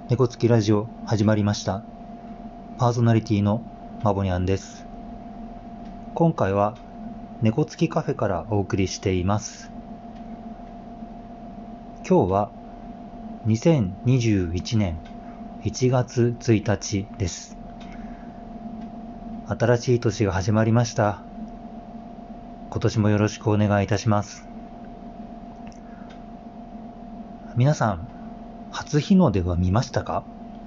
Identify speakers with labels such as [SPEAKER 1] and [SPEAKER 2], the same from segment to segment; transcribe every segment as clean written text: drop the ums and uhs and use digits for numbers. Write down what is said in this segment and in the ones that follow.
[SPEAKER 1] 猫つきラジオ始まりました。パーソナリティのまぼにゃんです。今回は猫つきカフェからお送りしています。今日は2021年1月1日です。新しい年が始まりました。今年もよろしくお願いいたします。皆さん、初日の出は見ましたか？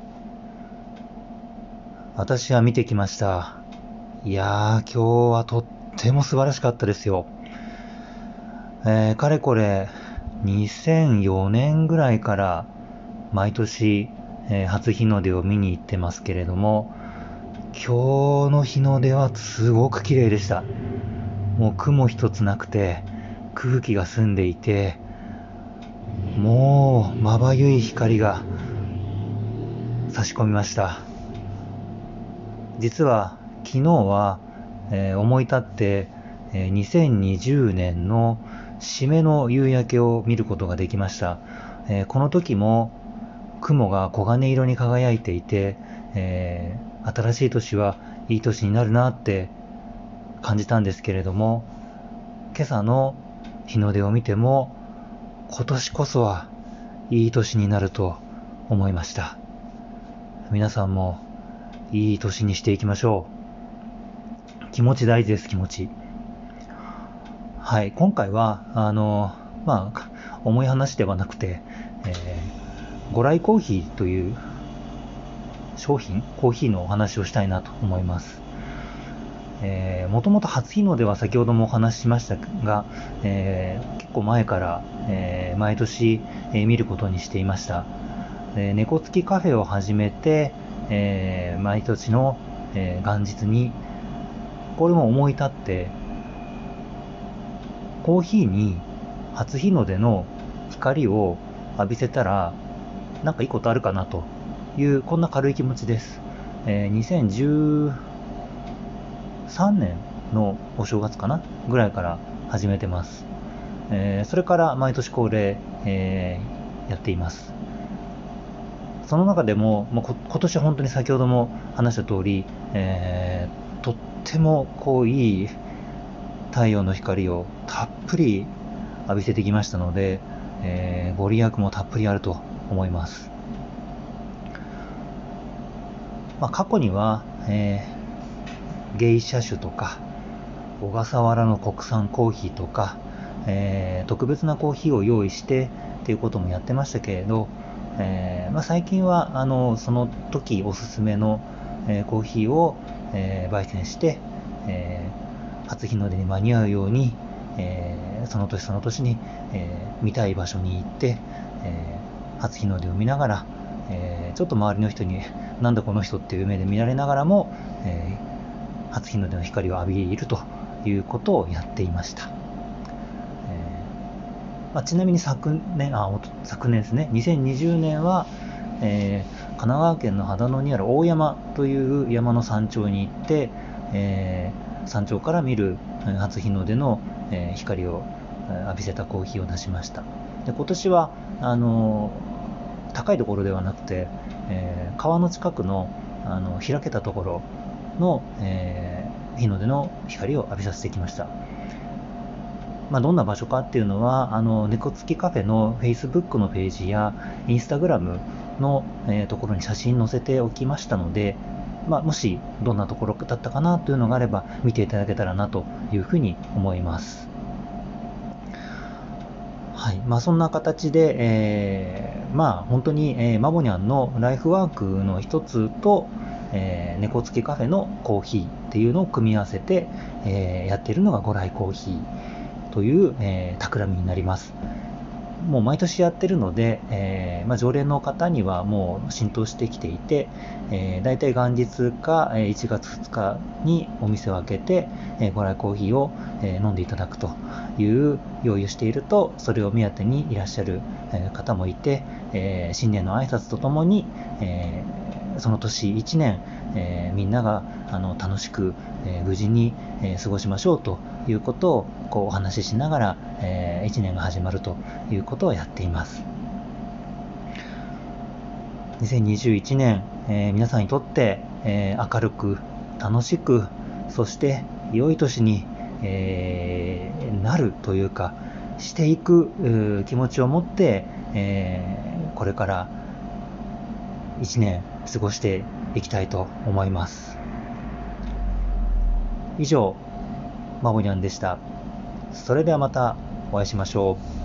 [SPEAKER 1] 私は見てきました。いやー、今日はとっても素晴らしかったですよ。かれこれ2004年ぐらいから毎年、初日の出を見に行ってますけれども、今日の日の出はすごく綺麗でした。もう雲一つなくて空気が澄んでいて、もうまばゆい光が差し込みました。実は昨日は、思い立って、2020年の締めの夕焼けを見ることができました。この時も雲が黄金色に輝いていて、新しい年はいい年になるなって感じたんですけれども、今朝の日の出を見ても今年こそはいい年になると思いました。皆さんもいい年にしていきましょう。気持ち大事です。気持ち。はい、今回は重い話ではなくて、ご来コーヒーという商品、コーヒーのお話をしたいなと思います。もともと初日の出は先ほどもお話ししましたが、結構前から、毎年、見ることにしていました。猫つきカフェを始めて、毎年の、元日にこれも思い立って、コーヒーに初日の出の光を浴びせたらなんかいいことあるかなという、こんな軽い気持ちです。2013年のお正月かなぐらいから始めてます。それから毎年恒例、やっています。その中でも、今年は本当に先ほども話した通り、とってもいい太陽の光をたっぷり浴びせてきましたので、ご利益もたっぷりあると思います。過去には、ゲイシャ種とか小笠原の国産コーヒーとか、特別なコーヒーを用意してっていうこともやってましたけれど、最近はその時おすすめの、コーヒーを、焙煎して、初日の出に間に合うように、その年その年に、見たい場所に行って、初日の出を見ながら、ちょっと周りの人になんだこの人っていう目で見られながらも、初日の出の光を浴びるということをやっていました。ちなみに昨年ですね、2020年は、神奈川県の秦野にある大山という山の山頂に行って、山頂から見る初日の出の、光を浴びせたコーヒーを出しました。で、今年は高いところではなくて、川の近くの、開けたところの、日の出の光を浴びさせてきました。どんな場所かっていうのは猫つきカフェの Facebook のページや Instagram の、ところに写真載せておきましたので、もしどんなところだったかなというのがあれば見ていただけたらなというふうに思います。はい、そんな形で、本当に、マボニャンのライフワークの一つと、猫つきカフェのコーヒーっていうのを組み合わせて、やっているのがご来コーヒーという、企みになります。もう毎年やってるので、常連の方にはもう浸透してきていて、だいたい元日か、1月2日にお店を開けて、ご来コーヒーを、飲んでいただくという用意をしていると、それを目当てにいらっしゃる、方もいて、新年の挨拶とともに、その年1年、みんなが楽しく、無事に、過ごしましょうということをお話ししながら、1年が始まるということをやっています。 2021年、皆さんにとって、明るく、楽しく、そして良い年に、なるというか、していく気持ちを持って、これから1年過ごしていきたいと思います。以上、まほにゃんでした。それではまたお会いしましょう。